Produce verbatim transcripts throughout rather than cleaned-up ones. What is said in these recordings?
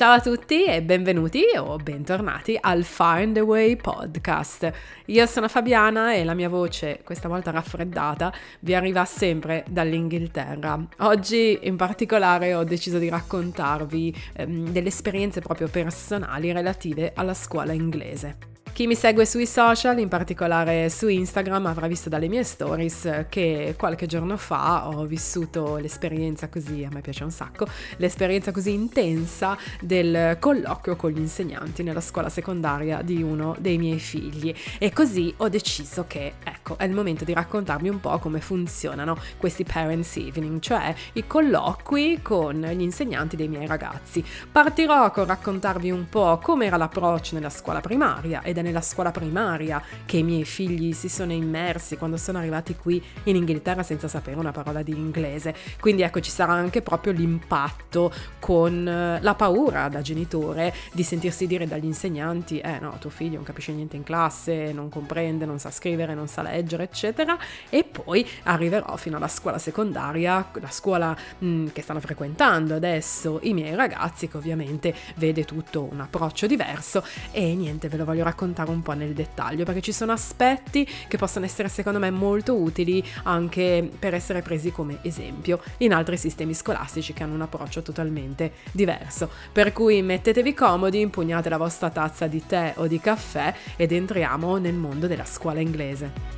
Ciao a tutti e benvenuti o bentornati al Find a Way podcast. Io sono Fabiana e la mia voce, questa volta raffreddata, vi arriva sempre dall'Inghilterra. Oggi in particolare ho deciso di raccontarvi ehm, delle esperienze proprio personali relative alla scuola inglese. Chi mi segue sui social, in particolare su Instagram, avrà visto dalle mie stories che qualche giorno fa ho vissuto l'esperienza così, a me piace un sacco, l'esperienza così intensa del colloquio con gli insegnanti nella scuola secondaria di uno dei miei figli. E così ho deciso che, ecco, è il momento di raccontarvi un po' come funzionano questi parents evening, cioè i colloqui con gli insegnanti dei miei ragazzi. Partirò con raccontarvi un po' come era l'approccio nella scuola primaria ed è nella scuola primaria che i miei figli si sono immersi quando sono arrivati qui in Inghilterra senza sapere una parola di inglese. Quindi ecco, ci sarà anche proprio l'impatto con la paura da genitore di sentirsi dire dagli insegnanti eh no, tuo figlio non capisce niente in classe, non comprende, non sa scrivere, non sa leggere, eccetera. E poi arriverò fino alla scuola secondaria, la scuola mh, che stanno frequentando adesso i miei ragazzi, che ovviamente vede tutto un approccio diverso. E niente, ve lo voglio raccontare un po' nel dettaglio, perché ci sono aspetti che possono essere secondo me molto utili anche per essere presi come esempio in altri sistemi scolastici che hanno un approccio totalmente diverso. Per cui mettetevi comodi, impugnate la vostra tazza di tè o di caffè ed entriamo nel mondo della scuola inglese.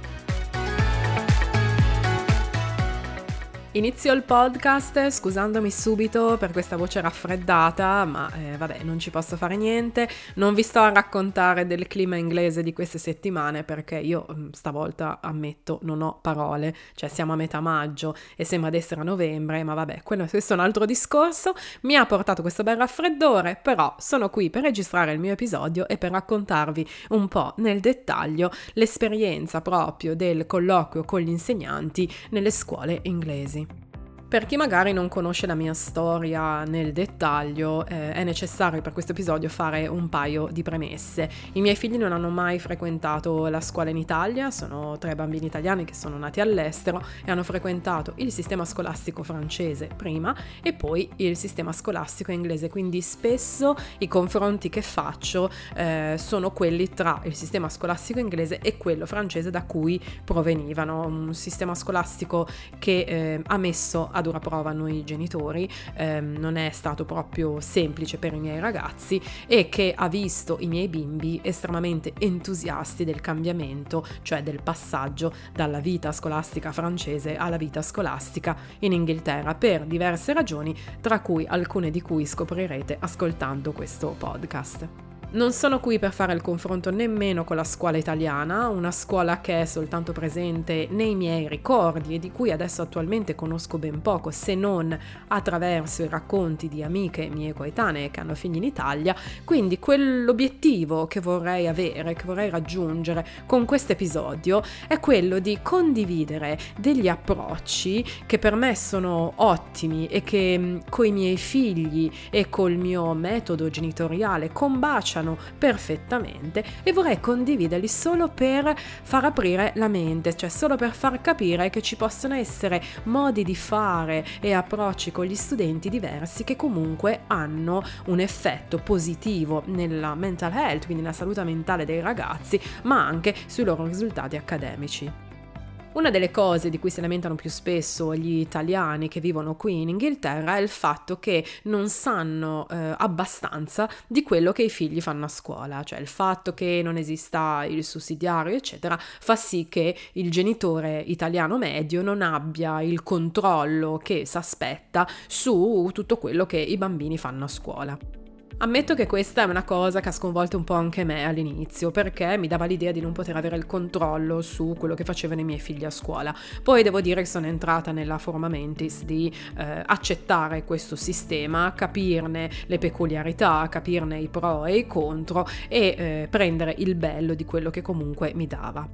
Inizio il podcast scusandomi subito per questa voce raffreddata, ma eh, vabbè, non ci posso fare niente. Non vi sto a raccontare del clima inglese di queste settimane perché io stavolta ammetto non ho parole, cioè siamo a metà maggio e sembra di essere a novembre, ma vabbè, quello, questo è un altro discorso. Mi ha portato questo bel raffreddore, però sono qui per registrare il mio episodio e per raccontarvi un po' nel dettaglio l'esperienza proprio del colloquio con gli insegnanti nelle scuole inglesi. Per chi magari non conosce la mia storia nel dettaglio, eh, è necessario per questo episodio fare un paio di premesse. I miei figli non hanno mai frequentato la scuola in Italia, sono tre bambini italiani che sono nati all'estero e hanno frequentato il sistema scolastico francese prima e poi il sistema scolastico inglese, quindi spesso i confronti che faccio eh, sono quelli tra il sistema scolastico inglese e quello francese da cui provenivano, un sistema scolastico che eh, ha messo a dura prova noi genitori, ehm, non è stato proprio semplice per i miei ragazzi e che ha visto i miei bimbi estremamente entusiasti del cambiamento, cioè del passaggio dalla vita scolastica francese alla vita scolastica in Inghilterra per diverse ragioni, tra cui alcune di cui scoprirete ascoltando questo podcast. Non sono qui per fare il confronto nemmeno con la scuola italiana, una scuola che è soltanto presente nei miei ricordi e di cui adesso attualmente conosco ben poco, se non attraverso i racconti di amiche mie coetanee che hanno figli in Italia. Quindi quell'obiettivo che vorrei avere, che vorrei raggiungere con questo episodio è quello di condividere degli approcci che per me sono ottimi e che coi miei figli e col mio metodo genitoriale combaciano perfettamente, e vorrei condividerli solo per far aprire la mente, cioè solo per far capire che ci possono essere modi di fare e approcci con gli studenti diversi che comunque hanno un effetto positivo nella mental health, quindi nella salute mentale dei ragazzi, ma anche sui loro risultati accademici. Una delle cose di cui si lamentano più spesso gli italiani che vivono qui in Inghilterra è il fatto che non sanno eh, abbastanza di quello che i figli fanno a scuola, cioè il fatto che non esista il sussidiario, eccetera, fa sì che il genitore italiano medio non abbia il controllo che si aspetta su tutto quello che i bambini fanno a scuola. Ammetto che questa è una cosa che ha sconvolto un po' anche me all'inizio, perché mi dava l'idea di non poter avere il controllo su quello che facevano i miei figli a scuola. Poi devo dire che sono entrata nella forma mentis di eh, accettare questo sistema, capirne le peculiarità, capirne i pro e i contro e eh, prendere il bello di quello che comunque mi dava.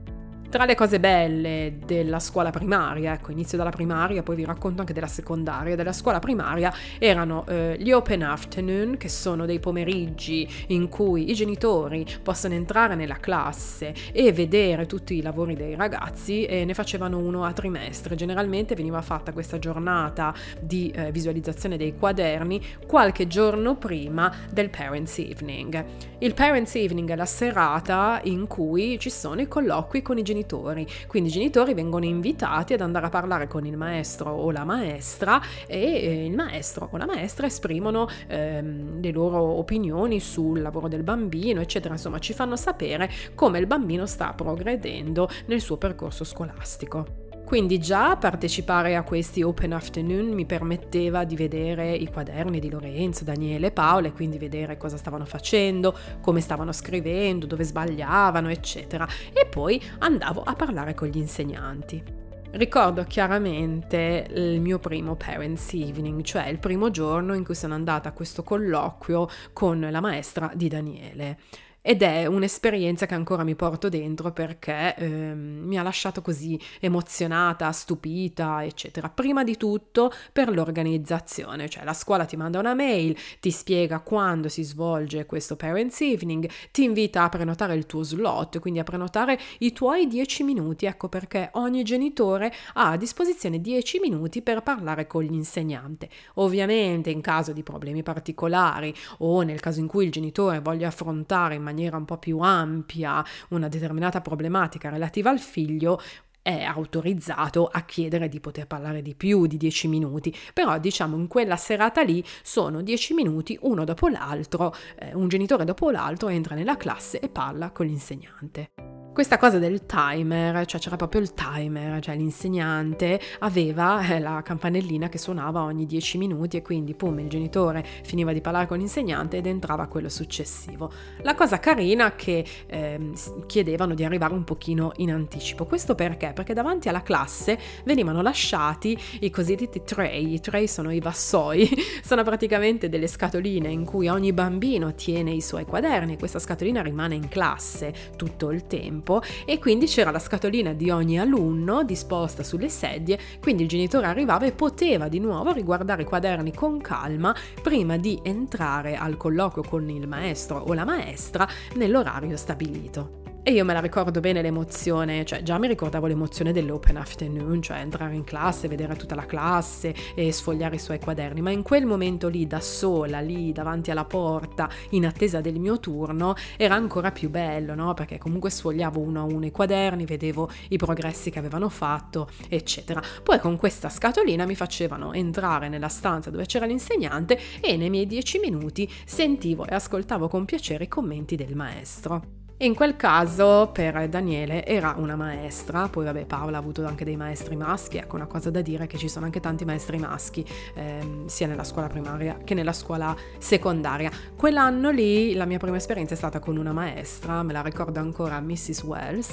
Tra le cose belle della scuola primaria, ecco, inizio dalla primaria, poi vi racconto anche della secondaria. Della scuola primaria erano eh, gli open afternoon, che sono dei pomeriggi in cui i genitori possono entrare nella classe e vedere tutti i lavori dei ragazzi, e ne facevano uno a trimestre. Generalmente veniva fatta questa giornata di eh, visualizzazione dei quaderni qualche giorno prima del Parents' Evening. Il Parents' Evening è la serata in cui ci sono i colloqui con i genitori. Quindi i genitori vengono invitati ad andare a parlare con il maestro o la maestra, e il maestro o la maestra esprimono ehm, le loro opinioni sul lavoro del bambino, eccetera. Insomma, ci fanno sapere come il bambino sta progredendo nel suo percorso scolastico. Quindi già partecipare a questi open afternoon mi permetteva di vedere i quaderni di Lorenzo, Daniele e Paola, e quindi vedere cosa stavano facendo, come stavano scrivendo, dove sbagliavano, eccetera. E poi andavo a parlare con gli insegnanti. Ricordo chiaramente il mio primo Parents' Evening, cioè il primo giorno in cui sono andata a questo colloquio con la maestra di Daniele. Ed è un'esperienza che ancora mi porto dentro, perché ehm, mi ha lasciato così emozionata, stupita, eccetera. Prima di tutto per l'organizzazione, cioè la scuola ti manda una mail, ti spiega quando si svolge questo Parents' Evening, ti invita a prenotare il tuo slot, quindi a prenotare i tuoi dieci minuti, ecco perché ogni genitore ha a disposizione dieci minuti per parlare con l'insegnante. Ovviamente in caso di problemi particolari o nel caso in cui il genitore voglia affrontare in maniera un po' più ampia una determinata problematica relativa al figlio, è autorizzato a chiedere di poter parlare di più di dieci minuti, però diciamo in quella serata lì sono dieci minuti uno dopo l'altro, eh, un genitore dopo l'altro entra nella classe e parla con l'insegnante. Questa cosa del timer, cioè c'era proprio il timer, cioè l'insegnante aveva eh, la campanellina che suonava ogni dieci minuti, e quindi pum, il genitore finiva di parlare con l'insegnante ed entrava quello successivo. La cosa carina che eh, chiedevano di arrivare un pochino in anticipo. Questo perché? Perché davanti alla classe venivano lasciati i cosiddetti tray. I tray sono i vassoi, sono praticamente delle scatoline in cui ogni bambino tiene i suoi quaderni, e questa scatolina rimane in classe tutto il tempo. E quindi c'era la scatolina di ogni alunno disposta sulle sedie, quindi il genitore arrivava e poteva di nuovo riguardare i quaderni con calma prima di entrare al colloquio con il maestro o la maestra nell'orario stabilito. E io me la ricordo bene l'emozione, cioè già mi ricordavo l'emozione dell'open afternoon, cioè entrare in classe, vedere tutta la classe e sfogliare i suoi quaderni, ma in quel momento lì da sola, lì davanti alla porta, in attesa del mio turno, era ancora più bello, no? Perché comunque sfogliavo uno a uno i quaderni, vedevo i progressi che avevano fatto, eccetera. Poi con questa scatolina mi facevano entrare nella stanza dove c'era l'insegnante, e nei miei dieci minuti sentivo e ascoltavo con piacere i commenti del maestro. In quel caso per Daniele era una maestra, poi vabbè Paola ha avuto anche dei maestri maschi. Ecco, una cosa da dire è che ci sono anche tanti maestri maschi, ehm, sia nella scuola primaria che nella scuola secondaria. Quell'anno lì la mia prima esperienza è stata con una maestra, me la ricordo ancora, missus Wells,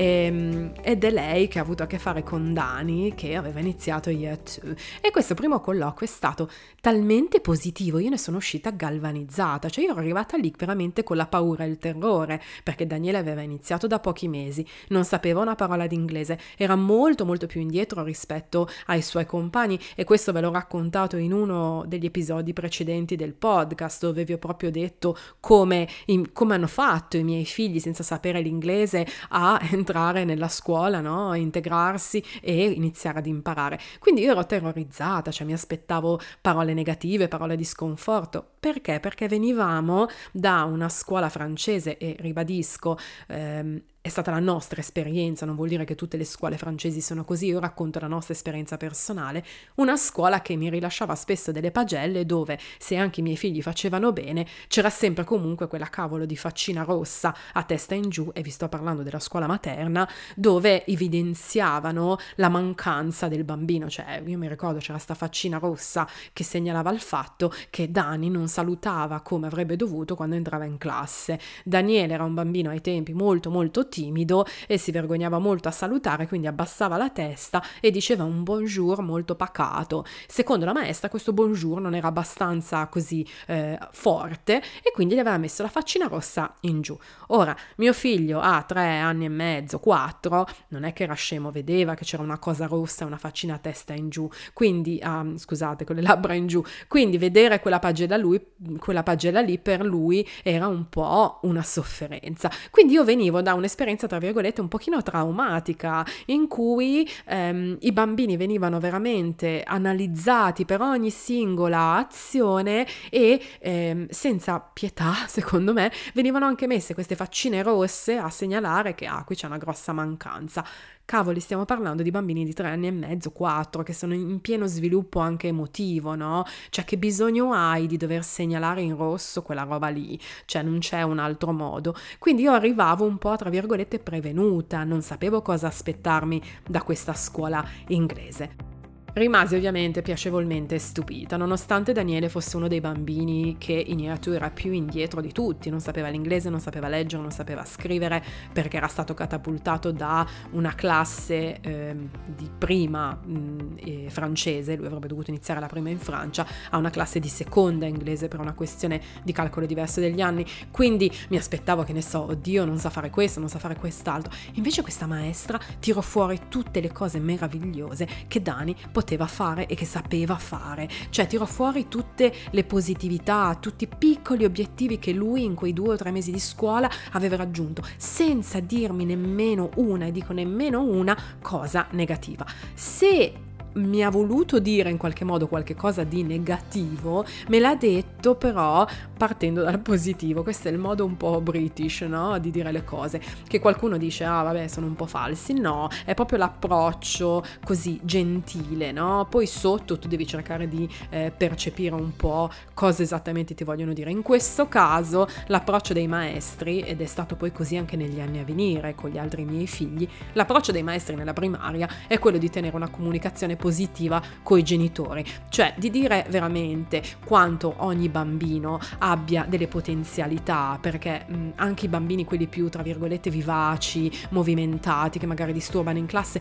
ehm, ed è lei che ha avuto a che fare con Dani, che aveva iniziato Year due, e questo primo colloquio è stato talmente positivo, io ne sono uscita galvanizzata, cioè io ero arrivata lì veramente con la paura e il terrore, perché Daniele aveva iniziato da pochi mesi, non sapeva una parola di inglese, era molto molto più indietro rispetto ai suoi compagni, e questo ve l'ho raccontato in uno degli episodi precedenti del podcast, dove vi ho proprio detto come, in, come hanno fatto i miei figli senza sapere l'inglese a entrare nella scuola, no? A integrarsi e iniziare ad imparare. Quindi io ero terrorizzata, cioè mi aspettavo parole negative, parole di sconforto. Perché? Perché venivamo da una scuola francese, e ribadisco, ehm, è stata la nostra esperienza, non vuol dire che tutte le scuole francesi sono così, io racconto la nostra esperienza personale, una scuola che mi rilasciava spesso delle pagelle dove, se anche i miei figli facevano bene, c'era sempre comunque quella cavolo di faccina rossa a testa in giù, e vi sto parlando della scuola materna, dove evidenziavano la mancanza del bambino. Cioè io mi ricordo c'era sta faccina rossa che segnalava il fatto che Dani non salutava come avrebbe dovuto quando entrava in classe. Daniele era un bambino ai tempi molto molto timido, timido e si vergognava molto a salutare, quindi abbassava la testa e diceva un bonjour molto pacato. Secondo la maestra questo bonjour non era abbastanza così eh, forte e quindi gli aveva messo la faccina rossa in giù. Ora, mio figlio ha tre anni e mezzo, quattro, non è che era scemo, vedeva che c'era una cosa rossa, una faccina a testa in giù, quindi, um, scusate, con le labbra in giù, quindi vedere quella pagella, lui, quella pagella lì per lui era un po' una sofferenza. Quindi io venivo da un'esperienza, tra virgolette, un pochino traumatica, in cui ehm, i bambini venivano veramente analizzati per ogni singola azione e ehm, senza pietà, secondo me, venivano anche messe queste faccine rosse a segnalare che ah, qui c'è una grossa mancanza. Cavoli, stiamo parlando di bambini di tre anni e mezzo, quattro, che sono in pieno sviluppo anche emotivo, no? Cioè, che bisogno hai di dover segnalare in rosso quella roba lì? Cioè, non c'è un altro modo. Quindi io arrivavo un po', tra virgolette, prevenuta, non sapevo cosa aspettarmi da questa scuola inglese. Rimasi ovviamente piacevolmente stupita, nonostante Daniele fosse uno dei bambini che in iattura era più indietro di tutti, non sapeva l'inglese, non sapeva leggere, non sapeva scrivere, perché era stato catapultato da una classe eh, di prima mh, eh, francese, lui avrebbe dovuto iniziare la prima in Francia, a una classe di seconda inglese per una questione di calcolo diverso degli anni, quindi mi aspettavo che ne so, oddio, non sa fare questo, non sa fare quest'altro. Invece questa maestra tirò fuori tutte le cose meravigliose che Dani poteva fare e che sapeva fare, cioè tirò fuori tutte le positività, tutti i piccoli obiettivi che lui in quei due o tre mesi di scuola aveva raggiunto, senza dirmi nemmeno una, e dico nemmeno una, cosa negativa. Se mi ha voluto dire in qualche modo qualche cosa di negativo, me l'ha detto però partendo dal positivo. Questo è il modo un po' British, no? Di dire le cose, che qualcuno dice ah vabbè sono un po' falsi, no, è proprio l'approccio così gentile, no? Poi sotto tu devi cercare di eh, percepire un po' cosa esattamente ti vogliono dire. In questo caso l'approccio dei maestri, ed è stato poi così anche negli anni a venire con gli altri miei figli, l'approccio dei maestri nella primaria è quello di tenere una comunicazione positiva coi genitori, cioè di dire veramente quanto ogni bambino abbia delle potenzialità, perché mh, anche i bambini, quelli più tra virgolette vivaci, movimentati, che magari disturbano in classe,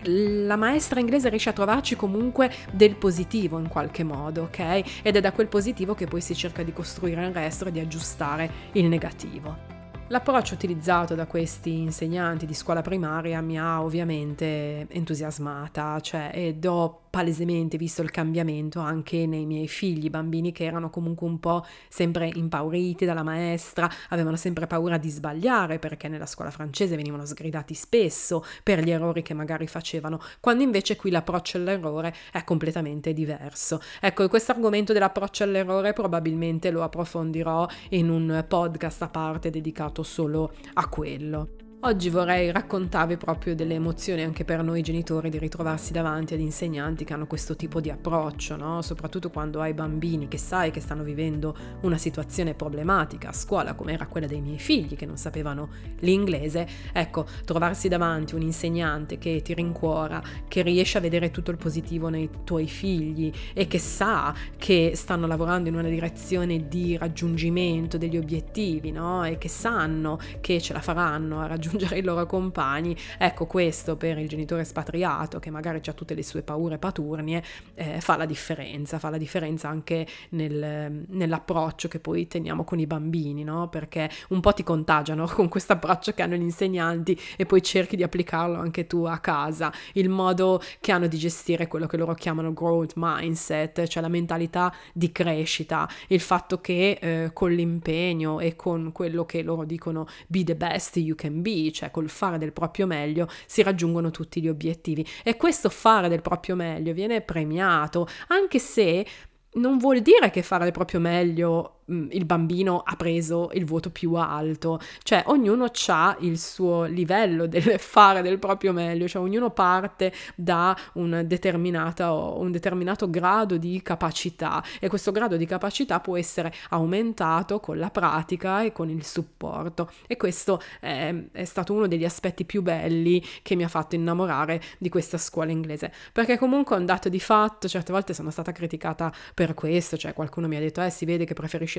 la maestra inglese riesce a trovarci comunque del positivo in qualche modo, ok? Ed è da quel positivo che poi si cerca di costruire il resto e di aggiustare il negativo. L'approccio utilizzato da questi insegnanti di scuola primaria mi ha ovviamente entusiasmata, cioè, ed ho palesemente visto il cambiamento anche nei miei figli, bambini che erano comunque un po' sempre impauriti dalla maestra, avevano sempre paura di sbagliare perché nella scuola francese venivano sgridati spesso per gli errori che magari facevano, quando invece qui l'approccio all'errore è completamente diverso. Ecco, questo argomento dell'approccio all'errore probabilmente lo approfondirò in un podcast a parte dedicato solo a quello. Oggi vorrei raccontarvi proprio delle emozioni anche per noi genitori di ritrovarsi davanti ad insegnanti che hanno questo tipo di approccio, no? Soprattutto quando hai bambini che sai che stanno vivendo una situazione problematica a scuola, come era quella dei miei figli che non sapevano l'inglese. Ecco, trovarsi davanti un insegnante che ti rincuora, che riesce a vedere tutto il positivo nei tuoi figli e che sa che stanno lavorando in una direzione di raggiungimento degli obiettivi, no? E che sanno che ce la faranno a raggiungere i loro compagni. Ecco, questo per il genitore espatriato che magari ha tutte le sue paure paturnie eh, fa la differenza, fa la differenza anche nel, nell'approccio che poi teniamo con i bambini, no? Perché un po' ti contagiano con questo approccio che hanno gli insegnanti e poi cerchi di applicarlo anche tu a casa, il modo che hanno di gestire quello che loro chiamano growth mindset, cioè la mentalità di crescita, il fatto che eh, con l'impegno e con quello che loro dicono be the best you can be, cioè col fare del proprio meglio si raggiungono tutti gli obiettivi, e questo fare del proprio meglio viene premiato, anche se non vuol dire che fare del proprio meglio il bambino ha preso il voto più alto, cioè ognuno ha il suo livello del fare del proprio meglio, cioè ognuno parte da un determinato, un determinato grado di capacità, e questo grado di capacità può essere aumentato con la pratica e con il supporto, e questo è, è stato uno degli aspetti più belli che mi ha fatto innamorare di questa scuola inglese, perché comunque è un dato di fatto. Certe volte sono stata criticata per questo, cioè qualcuno mi ha detto eh si vede che preferisci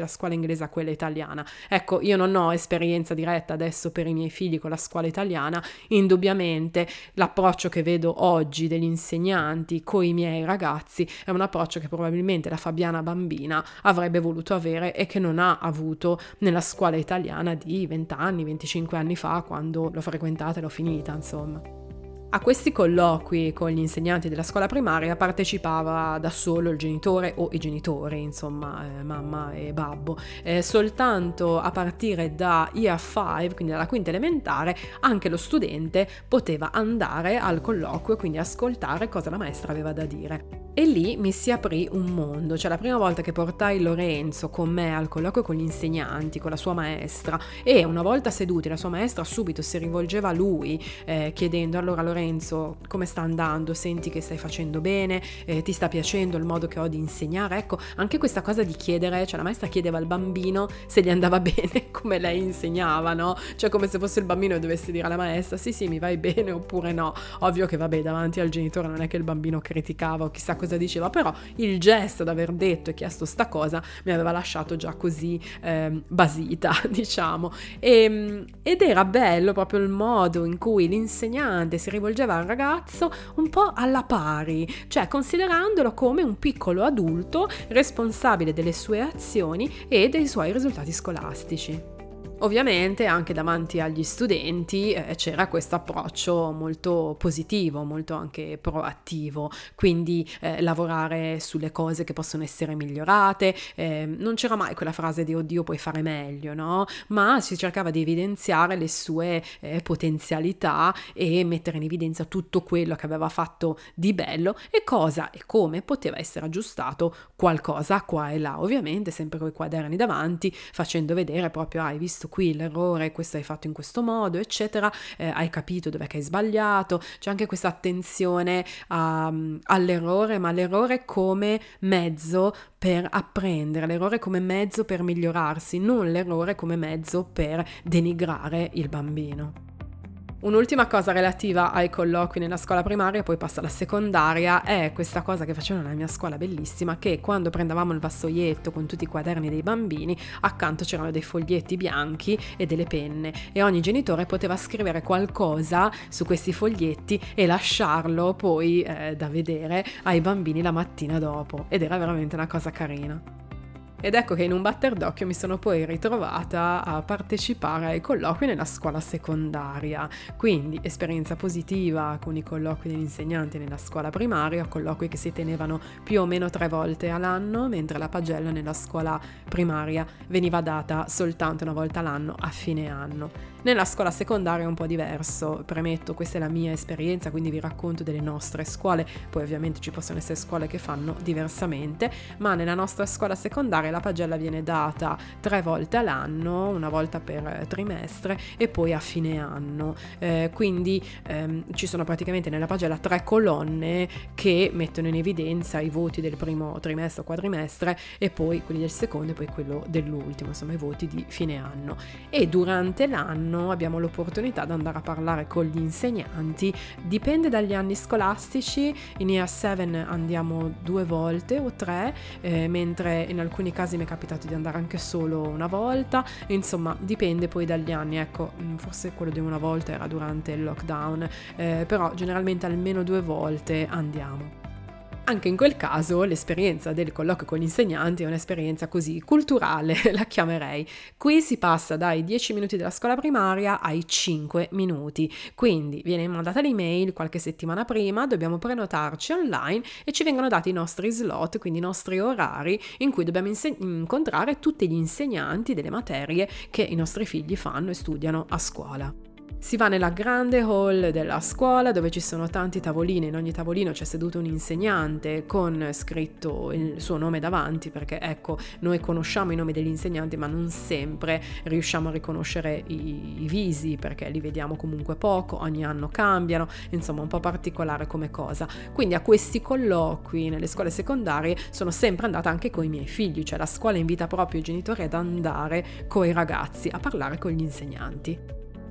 la scuola inglese a quella italiana. Ecco, io non ho esperienza diretta adesso per i miei figli con la scuola italiana, indubbiamente l'approccio che vedo oggi degli insegnanti con i miei ragazzi è un approccio che probabilmente la Fabiana bambina avrebbe voluto avere e che non ha avuto nella scuola italiana di venti anni, venticinque anni fa, quando l'ho frequentata e l'ho finita, insomma. A questi colloqui con gli insegnanti della scuola primaria partecipava da solo il genitore o i genitori, insomma, eh, mamma e babbo. Eh, soltanto a partire da year five, quindi dalla quinta elementare, anche lo studente poteva andare al colloquio, quindi ascoltare cosa la maestra aveva da dire. E lì mi si aprì un mondo, cioè la prima volta che portai Lorenzo con me al colloquio con gli insegnanti, con la sua maestra, e una volta seduti la sua maestra subito si rivolgeva a lui eh, chiedendo: allora Lorenzo, come sta andando? Senti che stai facendo bene? Eh, ti sta piacendo il modo che ho di insegnare? Ecco, anche questa cosa di chiedere, cioè la maestra chiedeva al bambino se gli andava bene come lei insegnava, no? Cioè come se fosse il bambino che dovesse dire alla maestra sì sì mi vai bene oppure no. Ovvio che vabbè, davanti al genitore non è che il bambino criticava o chissà cosa diceva, però il gesto d'aver detto e chiesto sta cosa mi aveva lasciato già così eh, basita, diciamo, e, ed era bello proprio il modo in cui l'insegnante si rivolgeva al ragazzo un po' alla pari, cioè considerandolo come un piccolo adulto responsabile delle sue azioni e dei suoi risultati scolastici. Ovviamente anche davanti agli studenti eh, c'era questo approccio molto positivo, molto anche proattivo, quindi eh, lavorare sulle cose che possono essere migliorate, eh, non c'era mai quella frase di oddio puoi fare meglio, no? Ma si cercava di evidenziare le sue eh, potenzialità e mettere in evidenza tutto quello che aveva fatto di bello e cosa e come poteva essere aggiustato qualcosa qua e là, ovviamente sempre con i quaderni davanti, facendo vedere proprio: ah, hai visto qui l'errore, questo hai fatto in questo modo, eccetera, eh, hai capito dov'è che hai sbagliato. C'è anche questa attenzione a, all'errore, ma l'errore come mezzo per apprendere, l'errore come mezzo per migliorarsi, non l'errore come mezzo per denigrare il bambino. Un'ultima cosa relativa ai colloqui nella scuola primaria, poi passa alla secondaria, è questa cosa che facevano nella mia scuola bellissima, che quando prendevamo il vassoietto con tutti i quaderni dei bambini, accanto c'erano dei foglietti bianchi e delle penne e ogni genitore poteva scrivere qualcosa su questi foglietti e lasciarlo poi eh, da vedere ai bambini la mattina dopo, ed era veramente una cosa carina. Ed ecco che in un batter d'occhio mi sono poi ritrovata a partecipare ai colloqui nella scuola secondaria, quindi esperienza positiva con i colloqui degli insegnanti nella scuola primaria, colloqui che si tenevano più o meno tre volte all'anno, mentre la pagella nella scuola primaria veniva data soltanto una volta all'anno a fine anno. Nella scuola secondaria è un po' diverso, premetto, questa è la mia esperienza, quindi vi racconto delle nostre scuole, poi ovviamente ci possono essere scuole che fanno diversamente, ma nella nostra scuola secondaria la pagella viene data tre volte all'anno, una volta per trimestre e poi a fine anno, eh, quindi ehm, ci sono praticamente nella pagella tre colonne che mettono in evidenza i voti del primo trimestre o quadrimestre e poi quelli del secondo e poi quello dell'ultimo, insomma i voti di fine anno. E durante l'anno abbiamo l'opportunità di andare a parlare con gli insegnanti, dipende dagli anni scolastici, in year seven andiamo due volte o tre, eh, mentre in alcuni casi mi è capitato di andare anche solo una volta, insomma dipende poi dagli anni, ecco, forse quello di una volta era durante il lockdown, eh, però generalmente almeno due volte andiamo. Anche in quel caso l'esperienza del colloquio con gli insegnanti è un'esperienza così culturale, la chiamerei. Qui si passa dai dieci minuti della scuola primaria ai cinque minuti, quindi viene mandata l'email qualche settimana prima, dobbiamo prenotarci online e ci vengono dati i nostri slot, quindi i nostri orari in cui dobbiamo inse- incontrare tutti gli insegnanti delle materie che i nostri figli fanno e studiano a scuola. Si va nella grande hall della scuola dove ci sono tanti tavolini, in ogni tavolino c'è seduto un insegnante con scritto il suo nome davanti, perché ecco, noi conosciamo i nomi degli insegnanti ma non sempre riusciamo a riconoscere i, i visi perché li vediamo comunque poco, ogni anno cambiano, insomma un po' particolare come cosa. Quindi a questi colloqui nelle scuole secondarie sono sempre andata anche con i miei figli, cioè la scuola invita proprio i genitori ad andare con i ragazzi a parlare con gli insegnanti.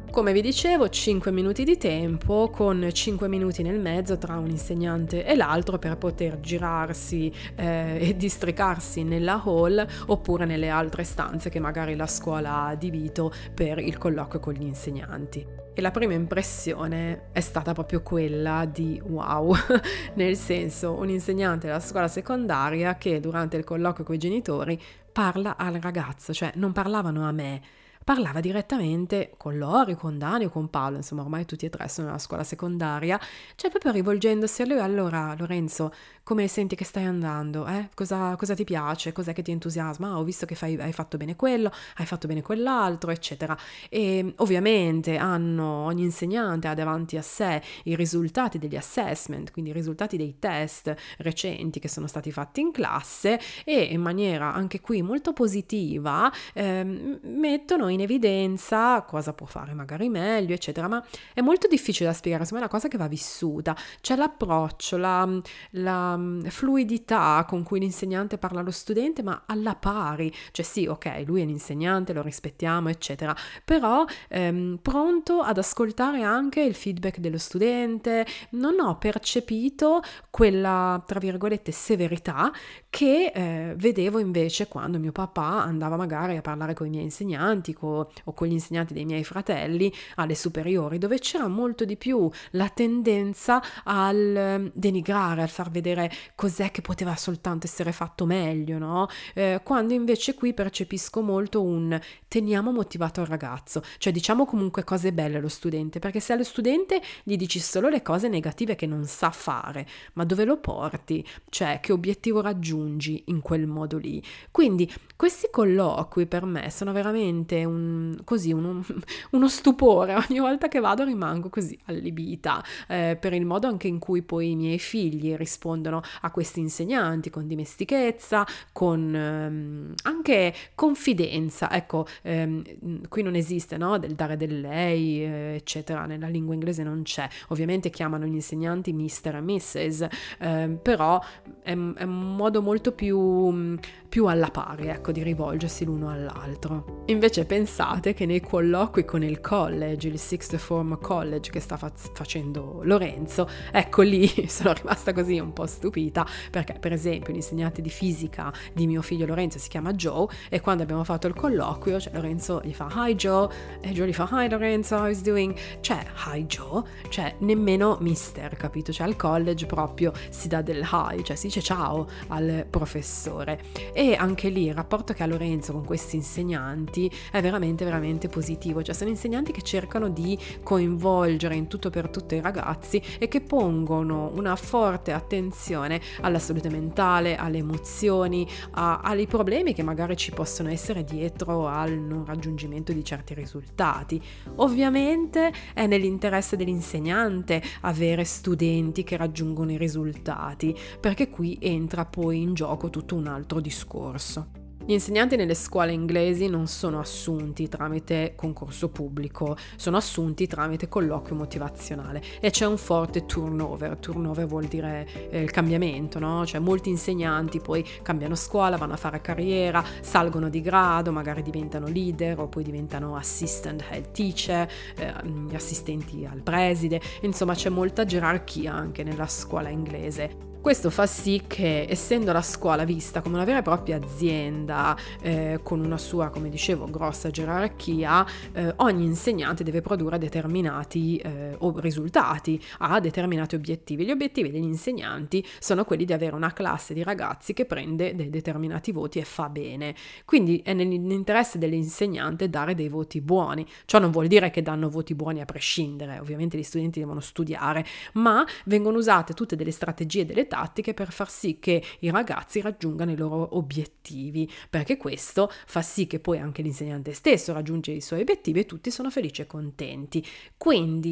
Come vi dicevo, cinque minuti di tempo con cinque minuti nel mezzo tra un insegnante e l'altro per poter girarsi eh, e districarsi nella hall oppure nelle altre stanze che magari la scuola ha adibito per il colloquio con gli insegnanti. E la prima impressione è stata proprio quella di wow, nel senso un insegnante della scuola secondaria che durante il colloquio con i genitori parla al ragazzo, cioè non parlavano a me, parlava direttamente con Lori, con Dani o con Paolo, insomma ormai tutti e tre sono nella scuola secondaria, cioè proprio rivolgendosi a lui: allora Lorenzo, come senti che stai andando? Eh? Cosa, cosa ti piace? Cos'è che ti entusiasma? Ah, ho visto che fai, hai fatto bene quello, hai fatto bene quell'altro, eccetera. E ovviamente hanno, ogni insegnante ha davanti a sé i risultati degli assessment, quindi i risultati dei test recenti che sono stati fatti in classe, e in maniera anche qui molto positiva ehm, mettono in evidenza cosa può fare magari meglio, eccetera, ma è molto difficile da spiegare, insomma è una cosa che va vissuta. C'è l'approccio, la, la fluidità con cui l'insegnante parla allo studente, ma alla pari, cioè sì, ok, lui è l'insegnante, lo rispettiamo, eccetera, però ehm, pronto ad ascoltare anche il feedback dello studente. Non ho percepito quella, tra virgolette, severità che eh, vedevo invece quando mio papà andava magari a parlare con i miei insegnanti co- o con gli insegnanti dei miei fratelli alle superiori, dove c'era molto di più la tendenza al eh, denigrare, al far vedere cos'è che poteva soltanto essere fatto meglio, no? Eh, quando invece qui percepisco molto un teniamo motivato il ragazzo, cioè diciamo comunque cose belle allo studente, perché se allo studente gli dici solo le cose negative che non sa fare, ma dove lo porti? Cioè che obiettivo raggiungi in quel modo lì? Quindi questi colloqui per me sono veramente un, così, uno, uno stupore, ogni volta che vado rimango così allibita eh, per il modo anche in cui poi i miei figli rispondono a questi insegnanti con dimestichezza, con ehm, anche confidenza. Ecco, ehm, qui non esiste, no, del dare del lei, eh, eccetera, nella lingua inglese non c'è. Ovviamente chiamano gli insegnanti mister e missus, eh, però è, è un modo molto più, più alla pari, ecco, di rivolgersi l'uno all'altro. Invece pensate che nei colloqui con il college, il Sixth Form College che sta fa- facendo Lorenzo, ecco lì sono rimasta così un po' stupita, perché per esempio l'insegnante di fisica di mio figlio Lorenzo si chiama Joe, e quando abbiamo fatto il colloquio, cioè Lorenzo gli fa hi Joe e Joe gli fa hi Lorenzo, how is doing? Cioè hi Joe, cioè nemmeno mister, capito? Cioè al college proprio si dà del hi, cioè si dice ciao al professore. E anche lì il rapporto che ha Lorenzo con questi insegnanti è veramente veramente positivo, cioè sono insegnanti che cercano di coinvolgere in tutto per tutto i ragazzi e che pongono una forte attenzione alla salute mentale, alle emozioni, a, ai problemi che magari ci possono essere dietro al non raggiungimento di certi risultati. Ovviamente è nell'interesse dell'insegnante avere studenti che raggiungono i risultati, perché qui entra poi in gioco tutto un altro discorso. Gli insegnanti nelle scuole inglesi non sono assunti tramite concorso pubblico, sono assunti tramite colloquio motivazionale e c'è un forte turnover. Turnover vuol dire eh, il cambiamento, no? Cioè molti insegnanti poi cambiano scuola, vanno a fare carriera, salgono di grado, magari diventano leader o poi diventano assistant head teacher, eh, assistenti al preside, insomma c'è molta gerarchia anche nella scuola inglese. Questo fa sì che, essendo la scuola vista come una vera e propria azienda, eh, con una sua, come dicevo, grossa gerarchia, eh, ogni insegnante deve produrre determinati eh, risultati, ha determinati obiettivi. Gli obiettivi degli insegnanti sono quelli di avere una classe di ragazzi che prende dei determinati voti e fa bene. Quindi è nell'interesse dell'insegnante dare dei voti buoni. Ciò non vuol dire che danno voti buoni a prescindere, ovviamente gli studenti devono studiare, ma vengono usate tutte delle strategie, delle tattiche per far sì che i ragazzi raggiungano i loro obiettivi, perché questo fa sì che poi anche l'insegnante stesso raggiunge i suoi obiettivi e tutti sono felici e contenti. Quindi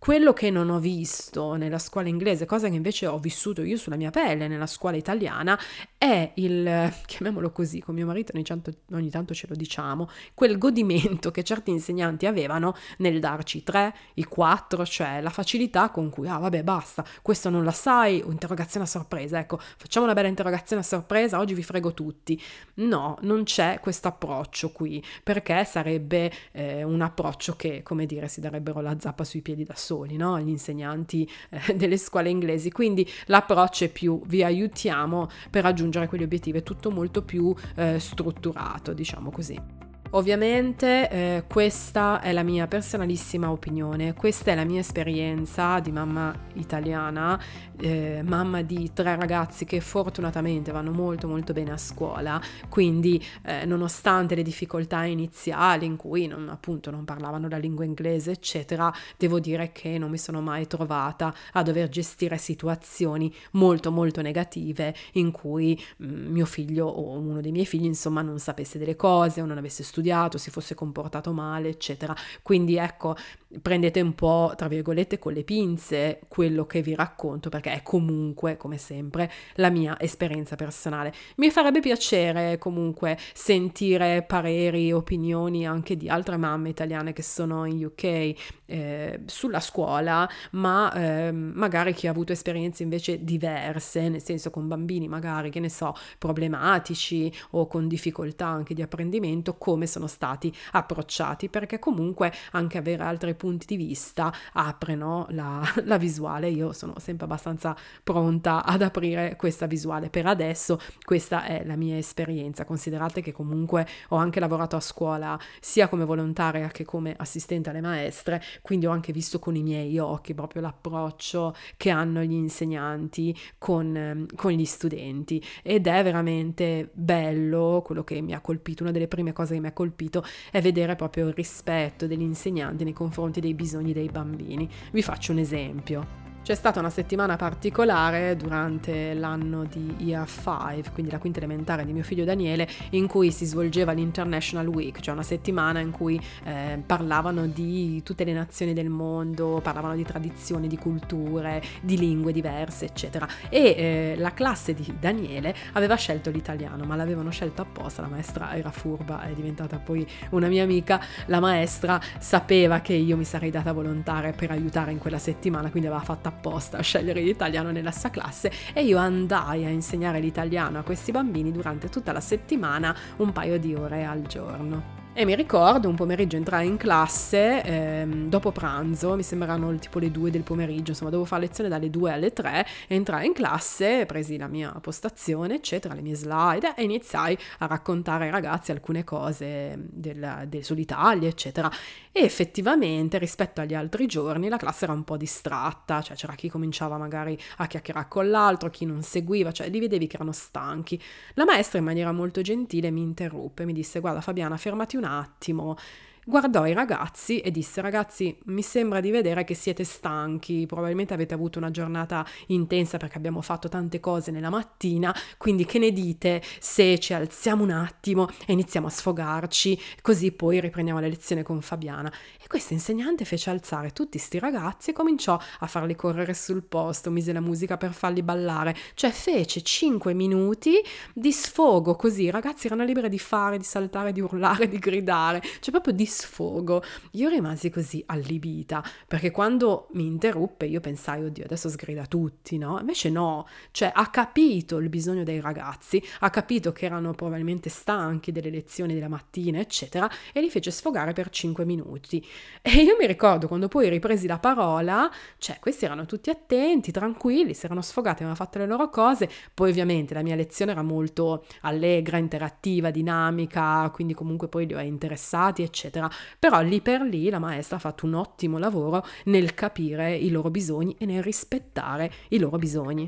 Quello che non ho visto nella scuola inglese, cosa che invece ho vissuto io sulla mia pelle nella scuola italiana, è il, chiamiamolo così, con mio marito ogni tanto, ogni tanto ce lo diciamo, quel godimento che certi insegnanti avevano nel darci i tre, i quattro, cioè la facilità con cui, ah vabbè basta, questo non la sai, o interrogazione a sorpresa, ecco, facciamo una bella interrogazione a sorpresa, oggi vi frego tutti. No, non c'è questo approccio qui, perché sarebbe eh, un approccio che, come dire, si darebbero la zappa sui piedi da soli, no? Gli insegnanti eh, delle scuole inglesi, quindi l'approccio è più vi aiutiamo per raggiungere quegli obiettivi, è tutto molto più eh, strutturato, diciamo così. Ovviamente eh, questa è la mia personalissima opinione, questa è la mia esperienza di mamma italiana, eh, mamma di tre ragazzi che fortunatamente vanno molto molto bene a scuola, quindi eh, nonostante le difficoltà iniziali in cui non, appunto non parlavano la lingua inglese eccetera, devo dire che non mi sono mai trovata a dover gestire situazioni molto molto negative in cui mh, mio figlio o uno dei miei figli insomma non sapesse delle cose o non avesse studiato, si fosse comportato male eccetera. Quindi ecco, prendete un po' tra virgolette con le pinze quello che vi racconto, perché è comunque come sempre la mia esperienza personale. Mi farebbe piacere comunque sentire pareri, opinioni anche di altre mamme italiane che sono in U K eh, sulla scuola, ma eh, magari chi ha avuto esperienze invece diverse, nel senso con bambini magari che ne so problematici o con difficoltà anche di apprendimento, come sono stati approcciati, perché comunque anche avere altri punti di vista apre, no, la, la visuale. Io sono sempre abbastanza pronta ad aprire questa visuale. Per adesso questa è la mia esperienza, considerate che comunque ho anche lavorato a scuola sia come volontaria che come assistente alle maestre, quindi ho anche visto con i miei occhi proprio l'approccio che hanno gli insegnanti con, con gli studenti, ed è veramente bello. Quello che mi ha colpito, una delle prime cose che mi ha colpito è vedere proprio il rispetto degli insegnanti nei confronti dei bisogni dei bambini. Vi faccio un esempio. C'è stata una settimana particolare durante l'anno di Year cinque, quindi la quinta elementare di mio figlio Daniele, in cui si svolgeva l'International Week, cioè una settimana in cui eh, parlavano di tutte le nazioni del mondo, parlavano di tradizioni, di culture, di lingue diverse, eccetera. E eh, la classe di Daniele aveva scelto l'italiano, ma l'avevano scelto apposta. La maestra era furba, è diventata poi una mia amica. La maestra sapeva che io mi sarei data volontaria per aiutare in quella settimana, quindi aveva fatto apposta a scegliere l'italiano nella sua classe, e io andai a insegnare l'italiano a questi bambini durante tutta la settimana, un paio di ore al giorno. E mi ricordo un pomeriggio entrai in classe ehm, dopo pranzo, mi sembrano tipo le due del pomeriggio, insomma dovevo fare lezione dalle due alle tre, entrai in classe, presi la mia postazione eccetera, le mie slide, e iniziai a raccontare ai ragazzi alcune cose del, del, sull'Italia eccetera. E effettivamente rispetto agli altri giorni la classe era un po' distratta, cioè c'era chi cominciava magari a chiacchierare con l'altro, chi non seguiva, cioè li vedevi che erano stanchi. La maestra in maniera molto gentile mi interruppe, mi disse: guarda Fabiana, fermati un attimo. Guardò i ragazzi e disse: ragazzi, mi sembra di vedere che siete stanchi, probabilmente avete avuto una giornata intensa perché abbiamo fatto tante cose nella mattina, quindi che ne dite se ci alziamo un attimo e iniziamo a sfogarci, così poi riprendiamo la lezione con Fabiana. E questa insegnante fece alzare tutti sti ragazzi e cominciò a farli correre sul posto, mise la musica per farli ballare, cioè fece cinque minuti di sfogo, così i ragazzi erano liberi di fare, di saltare, di urlare, di gridare, cioè proprio di sfogo. Io rimasi così allibita, perché quando mi interruppe io pensai: oddio, adesso sgrida tutti, no? Invece no, cioè ha capito il bisogno dei ragazzi, ha capito che erano probabilmente stanchi delle lezioni della mattina eccetera, e li fece sfogare per cinque minuti. E io mi ricordo quando poi ripresi la parola, cioè questi erano tutti attenti, tranquilli, si erano sfogati, avevano fatto le loro cose. Poi ovviamente la mia lezione era molto allegra, interattiva, dinamica, quindi comunque poi li ho interessati eccetera. Però lì per lì la maestra ha fatto un ottimo lavoro nel capire i loro bisogni e nel rispettare i loro bisogni.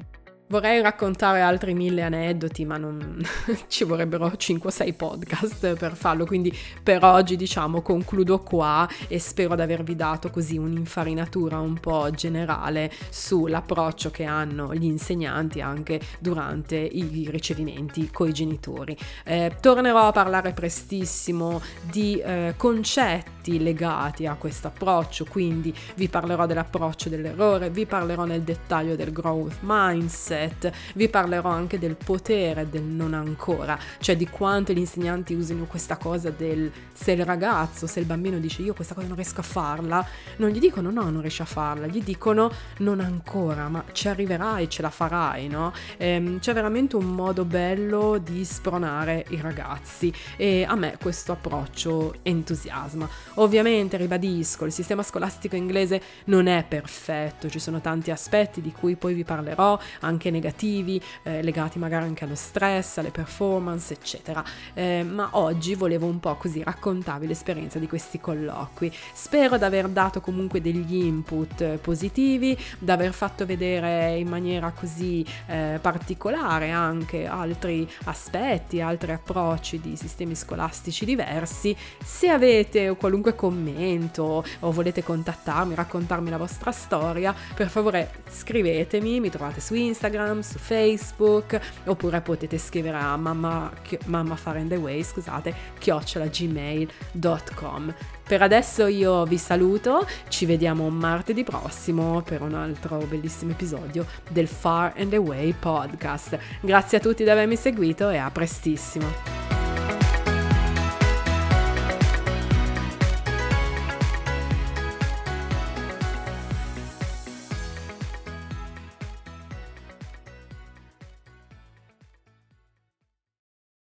Vorrei raccontare altri mille aneddoti, ma non ci vorrebbero cinque o sei podcast per farlo, quindi per oggi diciamo concludo qua e spero di avervi dato così un'infarinatura un po' generale sull'approccio che hanno gli insegnanti anche durante i ricevimenti coi genitori. Eh, tornerò a parlare prestissimo di eh, concetti legati a questo approccio, quindi vi parlerò dell'approccio dell'errore, vi parlerò nel dettaglio del growth mindset, vi parlerò anche del potere del non ancora, cioè di quanto gli insegnanti usino questa cosa del se il ragazzo, se il bambino dice io questa cosa non riesco a farla, non gli dicono no, non riesci a farla, gli dicono non ancora, ma ci arriverai, ce la farai, no? Ehm, c'è veramente un modo bello di spronare i ragazzi e a me questo approccio entusiasma. Ovviamente ribadisco, il sistema scolastico inglese non è perfetto, ci sono tanti aspetti di cui poi vi parlerò, anche negativi, eh, legati magari anche allo stress, alle performance, eccetera. Eh, ma oggi volevo un po' così raccontarvi l'esperienza di questi colloqui. Spero di aver dato comunque degli input positivi, di aver fatto vedere in maniera così eh, particolare anche altri aspetti, altri approcci di sistemi scolastici diversi. Se avete qualunque commento o volete contattarmi, raccontarmi la vostra storia, per favore scrivetemi, mi trovate su Instagram, su Facebook, oppure potete scrivere a mamma, mamma far and the way, scusate, chiocciola gmail punto com. Per adesso io vi saluto, ci vediamo martedì prossimo per un altro bellissimo episodio del Far and Away podcast. Grazie a tutti di avermi seguito e a prestissimo.